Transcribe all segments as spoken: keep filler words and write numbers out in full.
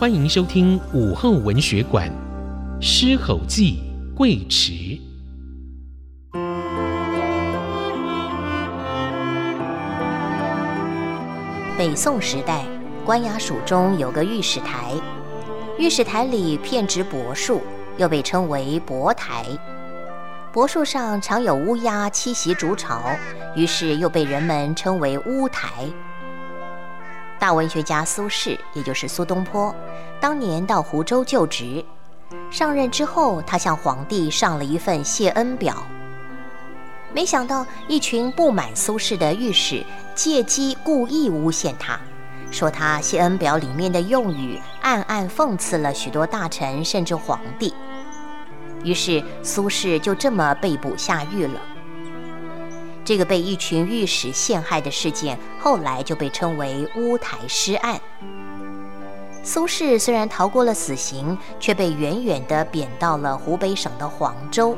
欢迎收听午后文学馆《狮吼记》贵池。 北宋时代，官衙署中有个御史台，御史台里遍植柏树，又被称为柏台。柏树上常有乌鸦栖息筑巢，于是又被人们称为乌台。大文学家苏轼，也就是苏东坡，当年到湖州就职，上任之后，他向皇帝上了一份谢恩表。没想到一群不满苏轼的御史借机故意诬陷他，说他谢恩表里面的用语暗暗讽刺了许多大臣甚至皇帝。于是苏轼就这么被捕下狱了。这个被一群御史陷害的事件，后来就被称为乌台诗案。苏轼虽然逃过了死刑，却被远远地贬到了湖北省的黄州。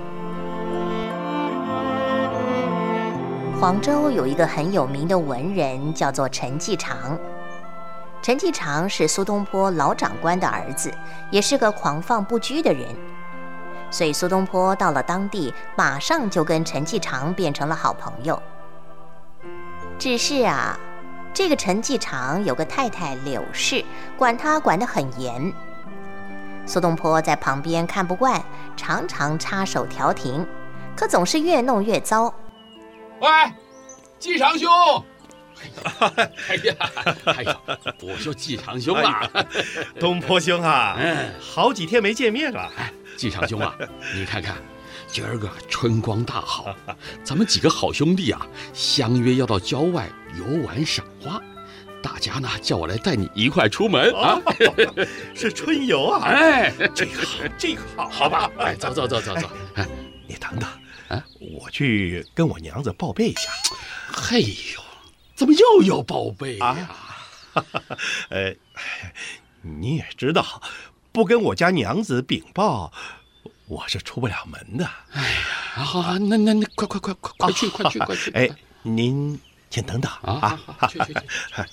黄州有一个很有名的文人，叫做陈季常。陈季常是苏东坡老长官的儿子，也是个狂放不拘的人。所以苏东坡到了当地，马上就跟陈季常变成了好朋友。只是啊，这个陈季常有个太太柳氏，管他管得很严。苏东坡在旁边看不惯，常常插手调停，可总是越弄越糟。 喂，季常兄！哎呀，哎呀，我说季常兄啊，哎、 东坡兄啊，嗯，好几天没见面了。 哎，季常兄啊，你看看，今儿个春光大好，咱们几个好兄弟啊，相约要到郊外游玩赏花。大家呢叫我来带你一块出门啊， 哦、是春游啊！ 哎， 这个好，这个好， 好吧？哎，走走走走走。 哎，你等等。啊，我去跟我娘子报备一下。 嘿呦，怎么又要报备呀、 啊？呃，你也知道，不跟我家娘子禀报，我是出不了门的。 哎呀，好好，那那那，快快快快快去，快去快去！ 哎，您先等等啊！ 好，去去去。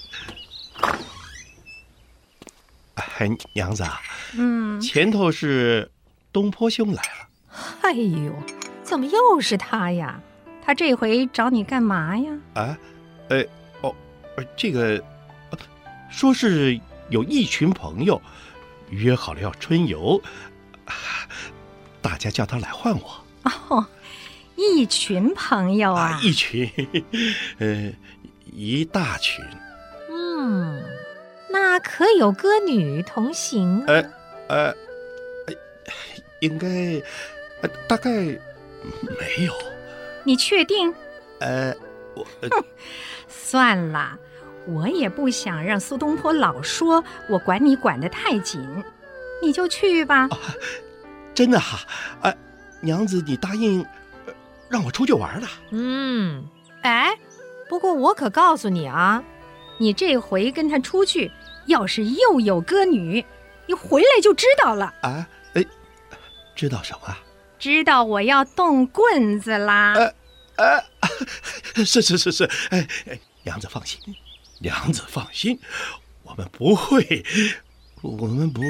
哎，娘子啊， 嗯， 前头是东坡兄来了。 哎呦！怎么又是他呀？他这回找你干嘛呀？ 啊，呃，哦，这个，说是有一群朋友约好了要春游，大家叫他来唤我。 哦，一群朋友啊， 啊一群，呃，一大群。 嗯，那可有歌女同行啊？ 呃，呃，应该，呃，大概。没有， 你确定？ 呃，我、呃、 算了，我也不想让苏东坡老说我管你管得太紧，你就去吧。 啊、真的哈、啊，啊，娘子，你答应让我出去玩了。 嗯，哎，不过我可告诉你啊，你这回跟他出去，要是又有歌女，你回来就知道了。 啊，哎，知道什么？ 知道我要动棍子啦！ 呃呃，是是是是，哎哎，娘子放心，娘子放心，我们不会，我们不会。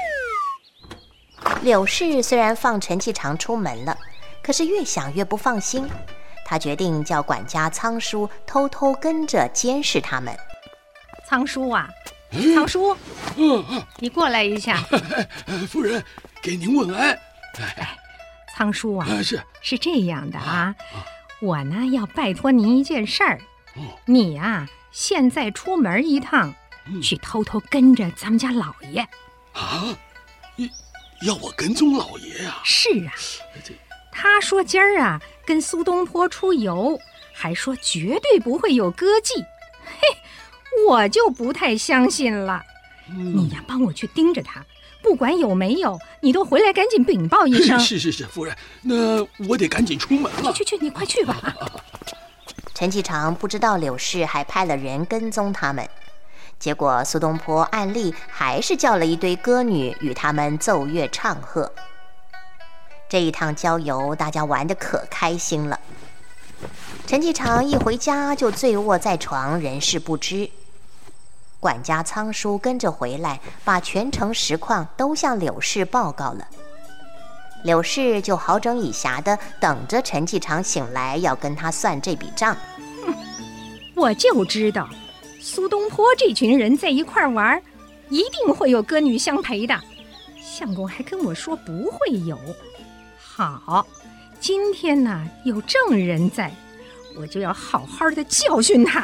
柳氏虽然放陈季常出门了，可是越想越不放心，他决定叫管家仓叔偷偷跟着监视他们。 仓叔啊，仓叔， 嗯， 你过来一下。 夫人，给您问安。 哎。仓叔啊， 啊是是这样的啊，啊我呢要拜托您一件事儿， 哦、 你啊现在出门一趟，嗯、去偷偷跟着咱们家老爷。 啊，要我跟踪老爷啊？ 是啊，他说今儿啊跟苏东坡出游，还说绝对不会有歌妓，嘿，我就不太相信了。嗯、你呀帮我去盯着他。不管有没有，你都回来赶紧禀报一声。 是是是，夫人，那我得赶紧出门了。 去去去，你快去吧。 陈季常不知道柳氏还派了人跟踪他们，结果苏东坡按例还是叫了一堆歌女与他们奏乐唱和。这一趟郊游，大家玩得可开心了。陈季常一回家就醉卧在床，人事不知。 管家仓叔跟着回来，把全城实况都向柳氏报告了。柳氏就好整以暇地等着陈继常醒来，要跟他算这笔账。 我就知道，苏东坡这群人在一块玩，一定会有歌女相陪的。相公还跟我说不会有。好，今天呢有证人在，我就要好好的教训他。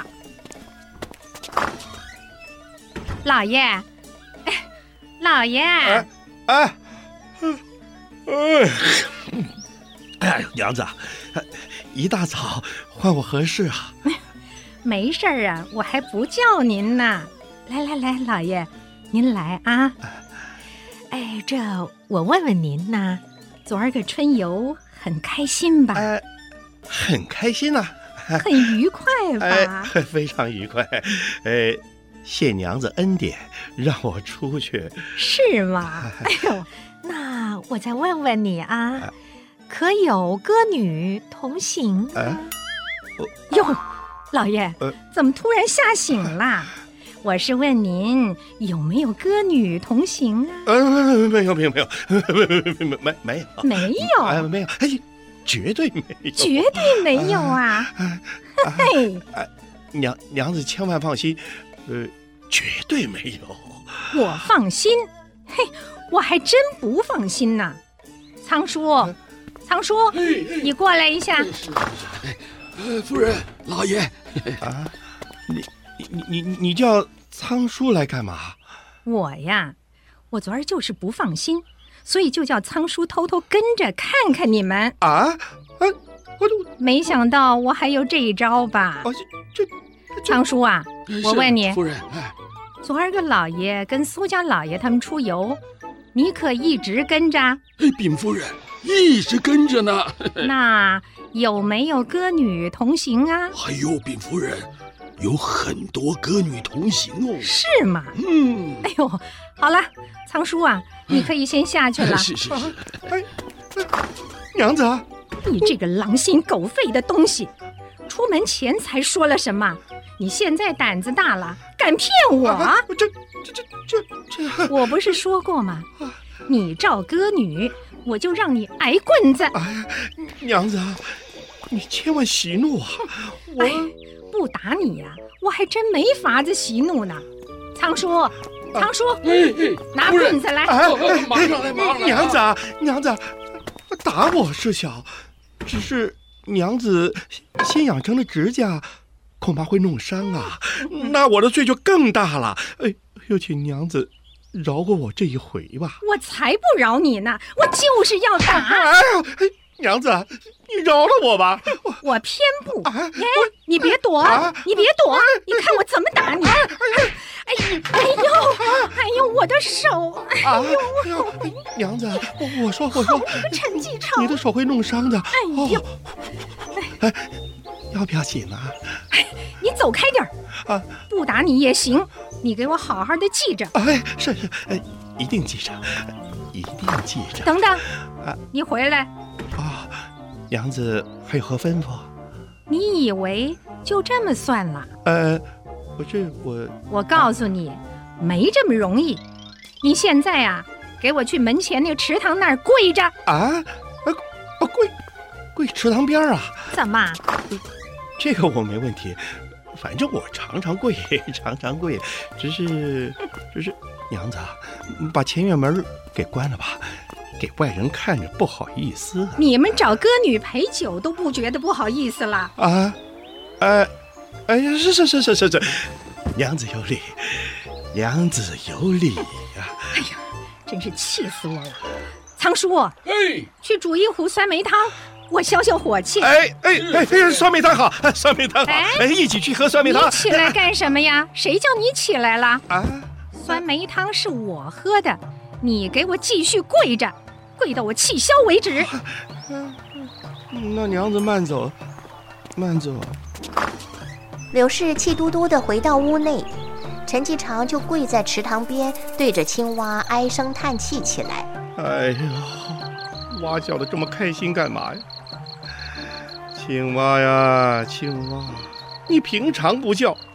老爷，哎，老爷， 哎哎，哎，哎，娘子，一大早唤我何事啊？ 没事儿啊，我还不叫您呢。来来来，老爷，您来啊。哎，这我问问您呢，昨儿个春游很开心吧？ 哎，很开心呐、 啊，很愉快吧？ 哎，非常愉快。哎，谢娘子恩典，让我出去。 是吗？哎呦，那我再问问你啊，哎、可有歌女同行啊？哎、哟，老爷，呃、怎么突然吓醒了？我是问您有没有歌女同行啊？ 呃，没有，没有，没有，没没没有， 没有， 哎，没有，哎，绝对没有， 绝对没有啊！嘿， 娘娘子千万放心，呃，绝对没有。 我放心，嘿，我还真不放心呢。仓叔，仓叔，你过来一下。 呃，夫人，老爷， 啊，你你你你你叫仓叔来干嘛？ 我呀，我昨儿就是不放心，所以就叫仓叔偷偷跟着看看你们啊！啊，我就没想到我还有这一招吧？ 啊，这这仓叔啊，我问你， 夫人，哎， 昨儿个老爷跟苏家老爷他们出游，你可一直跟着？哎， 禀夫人，一直跟着呢。 那有没有歌女同行啊？ 哎呦，禀夫人，有很多歌女同行哦。 是吗？ 嗯。 哎呦，好了，仓叔啊，你可以先下去了。 哎、是是是。 哎，娘子， 你这个狼心狗肺的东西，出门前才说了什么？你现在胆子大了，敢骗我？ 啊、这这这这这， 我不是说过吗？你照歌女，我就让你挨棍子。 哎呀，娘子，你千万息怒啊！我、 哎、不打你呀、啊，我还真没法子息怒呢。仓叔，仓叔， 哎哎、 拿棍子来！ 哎哎、马上来，马上来！ 娘子，娘子，打我是小，只是娘子新养成的指甲，恐怕会弄伤啊，那我的罪就更大了。哎，有请娘子饶过我这一回吧。 我才不饶你呢，我就是要打！ 哎呦，娘子，你饶了我吧！ 我, 我偏不！哎，你别躲，啊、你别躲！啊、你看我怎么打你！哎哎哎呦，哎呦，我的手！哎呦， 啊、娘子，我我说我说， 陈继常， 你的手会弄伤的。 哎呦， 哎，要不要紧啊？ 哎，你走开点啊！不打你也行，你给我好好的记着。 哎，是是，哎，一定记着，一定记着。 等等，啊，你回来。 啊，娘子还有何吩咐？ 你以为就这么算了？ 呃，我这我我告诉你，没这么容易。你现在啊，给我去门前那个池塘那儿跪着。 啊，啊跪跪池塘边啊？ 怎么？ 这个我没问题，反正我常常跪，常常跪，只是只是娘子，把前院门给关了吧。给外人看着不好意思、啊。 你们找歌女陪酒都不觉得不好意思了啊？哎，哎呀，是是是是是是，娘子有理，娘子有理呀、啊！ 哎呀，真是气死我了！仓叔， 哎， 去煮一壶酸梅汤，我消消火气。 哎哎哎，酸梅汤好，酸梅汤好，哎，哎一起去喝酸梅汤。 你起来干什么呀？谁叫你起来了？ 啊， 酸梅汤是我喝的，你给我继续跪着。跪到我气消为止、啊嗯。那娘子慢走，慢走。 柳氏气嘟嘟地回到屋内，陈继常就跪在池塘边，对着青蛙唉声叹气起来。 哎呀，蛙叫得这么开心干嘛呀？青蛙呀，青蛙，你平常不叫，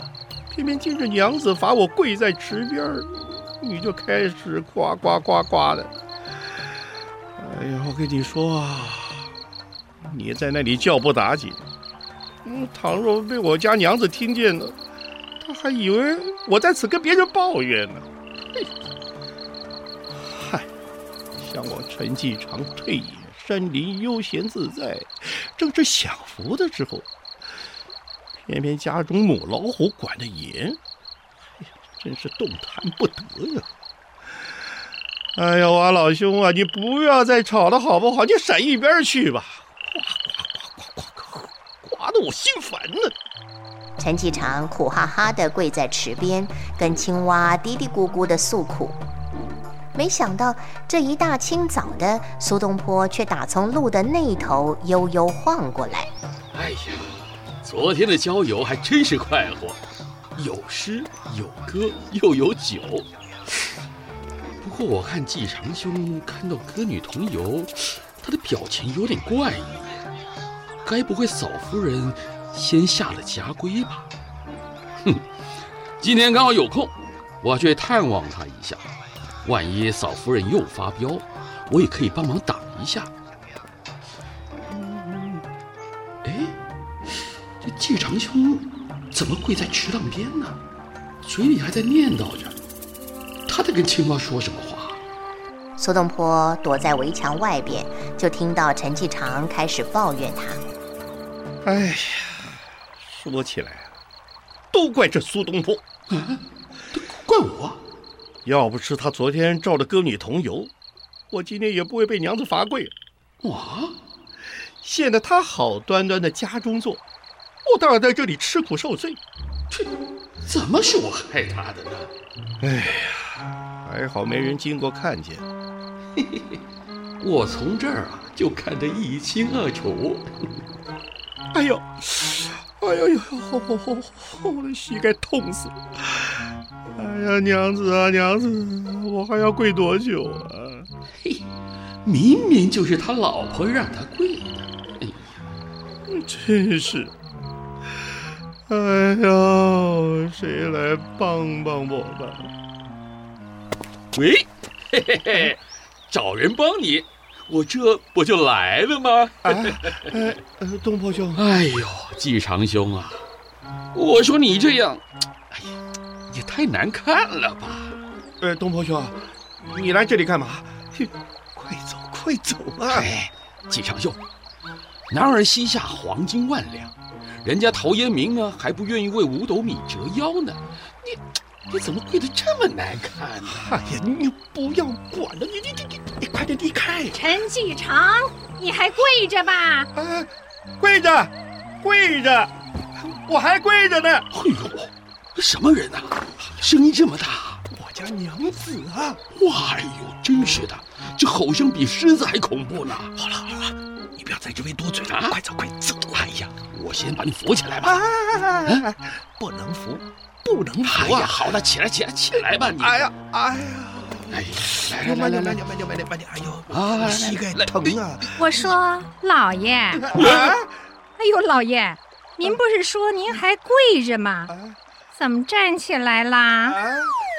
偏偏今日娘子罚我跪在池边，你就开始呱呱呱呱的。哎呀，我跟你说啊，你在那里叫不打紧，嗯，倘若被我家娘子听见了，她还以为我在此跟别人抱怨呢。嘿，嗨，像我陈继常退隐山林，悠闲自在，正是享福的时候，偏偏家中母老虎管得严，哎呀，真是动弹不得呀！哎呀，我老兄啊，你不要再吵了好不好？你闪一边去吧！呱呱呱呱呱呱，呱得我心烦呢。 陈继常苦哈哈地跪在池边，跟青蛙嘀嘀咕咕地诉苦。没想到这一大清早的，苏东坡却打从路的那头悠悠晃过来。 哎呀，昨天的郊游还真是快活，有诗有歌又有酒。不过我看季长兄看到歌女同游，他的表情有点怪异，该不会嫂夫人先下了家规吧？哼，今天刚好有空，我要去探望他一下。万一嫂夫人又发飙，我也可以帮忙挡一下。嗯，哎，这季长兄怎么跪在池塘边呢？嘴里还在念叨着，他在跟青蛙说什么话？ 苏东坡躲在围墙外边，就听到陈继常开始抱怨他。 哎呀，说起来啊，都怪这苏东坡， 啊，都怪我。 要不是他昨天照着歌女同游，我今天也不会被娘子罚跪。 哇， 现在他好端端的家中坐，我当然在这里吃苦受罪。 这怎么是我害他的呢？ 哎呀，还好没人经过看见。 嘿嘿嘿，我从这儿啊就看得一清二楚。 哎呦，哎呦呦，我的膝盖痛死了！哎呀，娘子啊，娘子，我还要跪多久啊？ 嘿，明明就是他老婆让他跪的。哎呀， 真是！哎呀，谁来帮帮我吧？ 喂，嘿嘿嘿，找人帮你，我这不就来了吗？ 哎哎，呃，东坡兄， 哎呦，季长兄啊，我说你这样，哎呀，也太难看了吧？ 呃，东坡兄，你来这里干嘛？快走，快走啊！ 哎，季长兄，男儿膝下黄金万两，人家陶渊明呢还不愿意为五斗米折腰呢，你你怎么跪得这么难看呢？ 哎呀，你不要管了，你你你你你快点离开！ 陈继常，你还跪着吧？ 啊，跪着，跪着，我还跪着呢！ 哎呦，什么人啊？声音这么大！ 我家娘子啊！ 哇，哎呦，真是的，这吼声比狮子还恐怖呢！ 好了好了，你不要在这边多嘴了， 啊、 快走快走！ 哎呀，我先把你扶起来吧。 啊，啊不能扶，不能扶啊！ 哎呀，好了，起来起来起来吧你！ 哎呀哎呀！ 哎， 来来来来来，慢点慢点慢点！哎呦，啊，膝盖疼啊！ 我说老爷， 啊， 哎呦老爷，您不是说您还跪着吗？怎么站起来啦？ 啊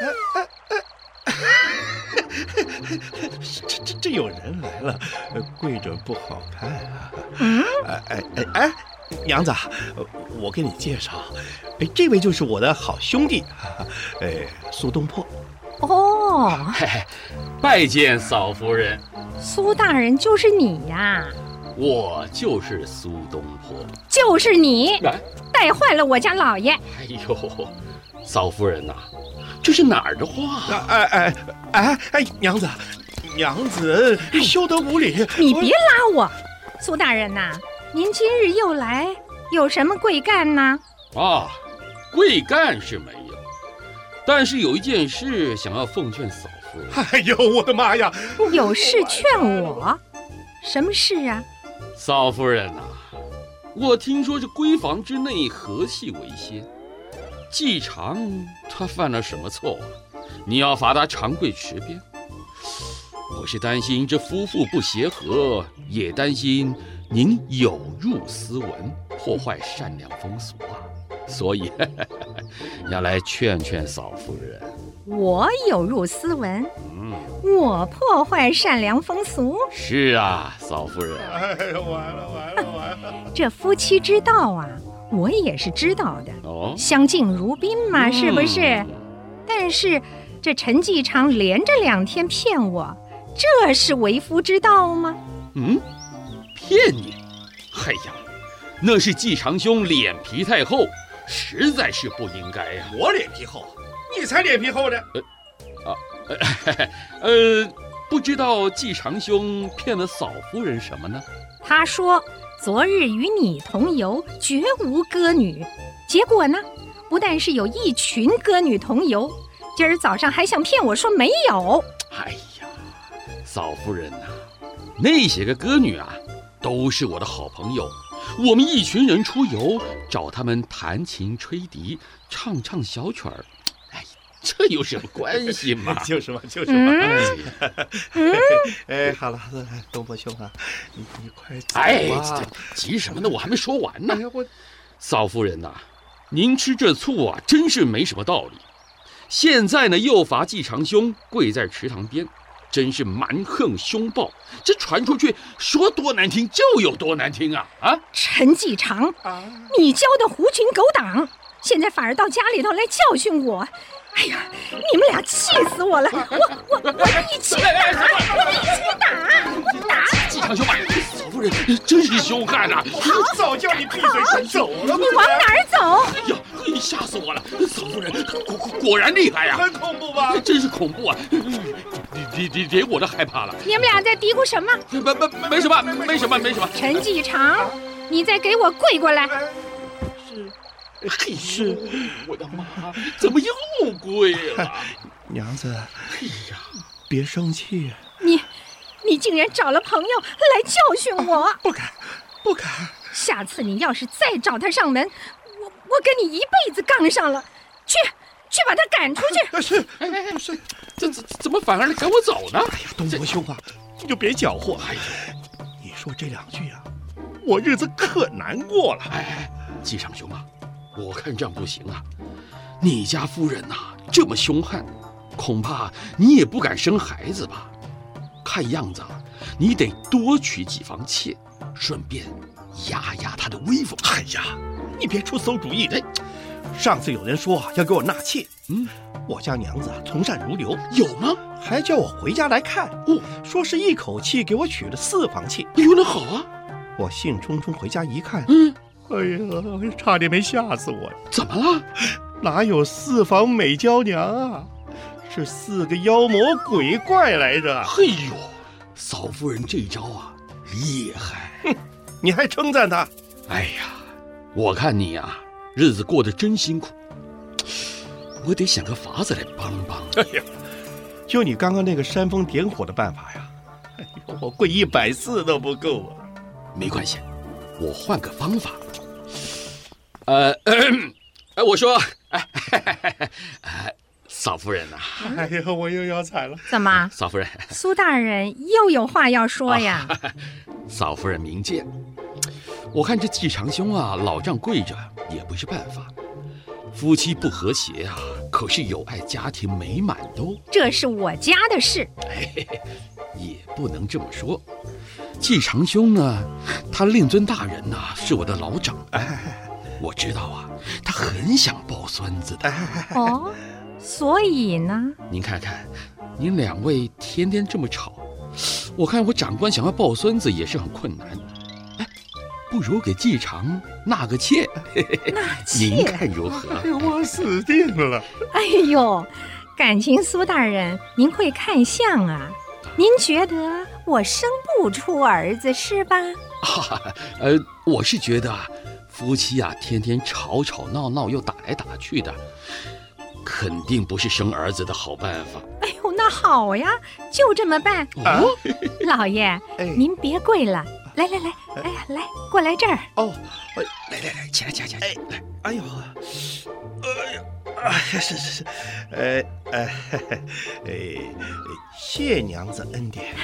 这这这有人来了，跪着不好看啊！ 嗯， 哎哎哎哎，娘子，我给你介绍，哎，这位就是我的好兄弟，哎，苏东坡。 哦， 嘿嘿，拜见嫂夫人。 苏大人就是你呀？ 我就是苏东坡， 就是你， 哎， 带坏了我家老爷。 哎呦，嫂夫人呐、啊，这是哪儿的话？ 哎哎哎哎，娘子，娘子，休得无礼！ 你别拉我，苏大人呐、啊，您今日又来，有什么贵干呢？ 啊，贵干是没有，但是有一件事想要奉劝嫂夫人。 哎呦，我的妈呀！ 有事劝我，什么事啊？ 嫂夫人呐、啊，我听说这闺房之内和气为先，季常他犯了什么错啊？你要罚他长跪池边。我是担心这夫妇不协和，也担心您有入斯文，破坏善良风俗啊。所以呵呵要来劝劝嫂夫人。 我有入斯文， 嗯， 我破坏善良风俗。 是啊，嫂夫人。 哎呀，完了完了完了！ 这夫妻之道啊，我也是知道的。 哦， 相敬如宾嘛， 嗯、 是不是？但是这陈继常连着两天骗我，这是为夫之道吗？ 嗯，骗你？哎呀，那是继常兄脸皮太厚，实在是不应该呀、啊。 我脸皮厚？你才脸皮厚呢！ 呃，啊，呃，呃，不知道继常兄骗了嫂夫人什么呢？ 他说昨日与你同游，绝无歌女。结果呢，不但是有一群歌女同游，今儿早上还想骗我说没有。 哎呀，嫂夫人呐、啊，那些个歌女啊，都是我的好朋友。我们一群人出游，找他们弹琴吹笛，唱唱小曲儿。哎，这有什么关系嘛？ 就是嘛，就是嘛。 嗯， 哎，好了，东坡兄啊，你你快走吧。 哎，这急什么呢？我还没说完呢。 哎呀，我嫂夫人呐、啊，您吃这醋啊，真是没什么道理。现在呢，又罚继常兄跪在池塘边，真是蛮横凶暴。这传出去，说多难听就有多难听啊！啊， 陈继常， 啊， 你教的狐群狗党，现在反而到家里头来教训我。哎呀，你们俩气死我了！我我我一起打，我一起打，我打！ 继常兄，嫂夫人真是凶悍啊！ 我早叫你闭嘴先走了。 你往哪儿走？ 哎呀，吓死我了！嫂夫人果果果然厉害呀、啊， 很恐怖吧？ 真是恐怖啊！连连连我都害怕了。 你们俩在嘀咕什么？ 没没没什么，没什么，没什么。 陈继常，你再给我跪过来！ 嘿，是我的妈，怎么又跪了？ 娘子， 哎呀， 别生气。 你，你竟然找了朋友来教训我！ 不敢，不敢。 下次你要是再找他上门，我我跟你一辈子杠上了。去，去把他赶出去。 是， 哎哎哎，是，这怎怎么反而赶我走呢？ 哎呀，东坡兄啊，你就别搅和。哎呀，你说这两句啊，我日子可难过了。 哎，继常兄啊。我看这样不行啊！你家夫人呐、啊、这么凶悍，恐怕你也不敢生孩子吧？看样子啊，你得多娶几房妾，顺便压压她的威风。 哎呀，你别出馊主意！哎，上次有人说要给我纳妾， 嗯， 我家娘子从善如流， 有吗？ 还叫我回家来看， 哦， 说是一口气给我娶了四房妾。 哎呦，那好啊！ 我兴冲冲回家一看， 嗯。 哎呀，差点没吓死我！ 怎么了？ 哪有四房美娇娘啊？是四个妖魔鬼怪来着！ 嘿呦，嫂夫人这招啊，厉害！ 哼，你还称赞他？ 哎呀，我看你啊，日子过得真辛苦，我得想个法子来帮帮。 哎呀，就你刚刚那个煽风点火的办法呀，哎呦，我跪一百次都不够啊！ 没关系，我换个方法。呃，哎，我说，哎，哎，嫂夫人呐、啊， 哎呀，我又要惨了。 怎么， 嫂夫人， 苏大人又有话要说呀？ 啊、嫂夫人明鉴，我看这继常兄啊，老这样跪着也不是办法。夫妻不和谐啊，可是有碍家庭美满的哦。 这是我家的事。 哎，也不能这么说。继常兄呢，他令尊大人呐、啊，是我的老长辈。哎我知道啊，他很想抱孙子的。 哦，所以呢？ 您看看，您两位天天这么吵，我看我长官想要抱孙子也是很困难。哎，不如给继常纳个妾。 纳妾？ 您看如何？ 哎呦，我死定了！ 哎呦，感情苏大人您会看相啊？您觉得我生不出儿子是吧？ 啊，呃，我是觉得啊。夫妻啊，天天吵吵闹闹又打来打去的，肯定不是生儿子的好办法。 哎呦，那好呀，就这么办。 哦， 老爷，哎、您别跪了，来来来，哎呀，来过来这儿。 哦， 来来来，起来起来起来，来， 哎呦，哎呀，哎，是是是，呃呃，哎，谢娘子恩典。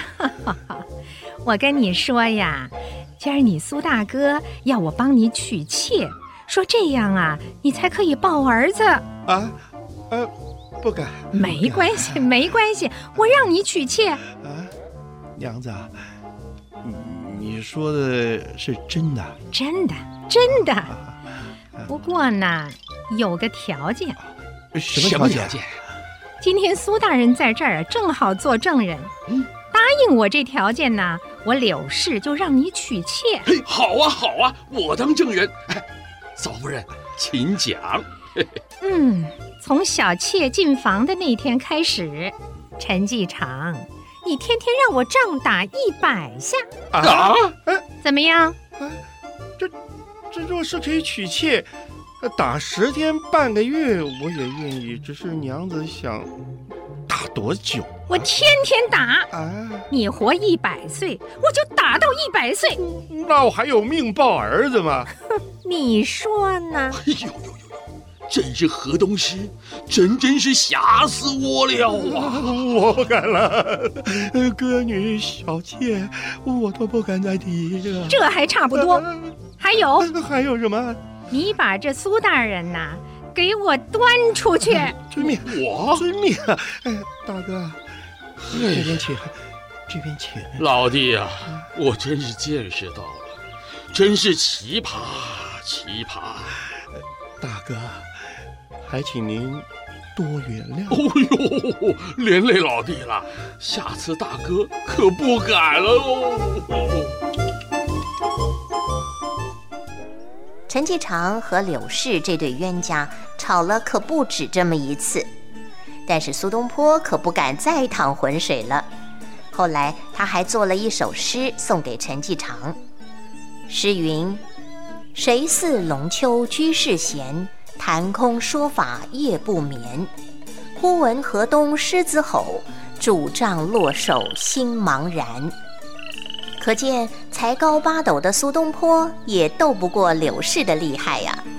我跟你说呀。今儿你苏大哥要我帮你娶妾， 说这样啊，你才可以抱儿子。 啊，呃，不敢。 没关系，没关系，我让你娶妾。 啊，娘子，你说的是真的？ 真的，真的。不过呢，有个条件。 什么条件？ 今天苏大人在这儿正好做证人。嗯，答应我这条件呢，我柳氏就让你娶妾。 嘿，好啊，好啊，我当证人。嫂夫人，请讲。 嗯，从小妾进房的那天开始，陈继常，你天天让我仗打一百下。 啊？ 怎么样？ 啊，这这若是可以娶妾，打十天半个月我也愿意。只是娘子想打多久？ 我天天打啊！你活一百岁，我就打到一百岁。 那我还有命抱儿子吗？ 你说呢？ 哎呦呦呦！真是河东狮，真真是吓死我了啊！ 我不敢了，歌女小妾我都不敢再提了。 这还差不多，还有还有什么？ 你把这苏大人呐、啊，给我端出去！ 遵命， 我遵命。哎，大哥，这边请，这边请。 老弟啊，我真是见识到了，真是奇葩奇葩。 大哥，还请您多原谅。 哦呦，连累老弟了，下次大哥可不敢了哦。 陈继常和柳氏这对冤家吵了可不止这么一次，但是苏东坡可不敢再淌浑水了。后来他还做了一首诗送给陈继常，诗云：谁似龙丘居士闲，谈空说法夜不眠。忽闻河东狮子吼，拄杖落手心茫然。可见才高八斗的苏东坡也斗不过柳氏的厉害呀、啊。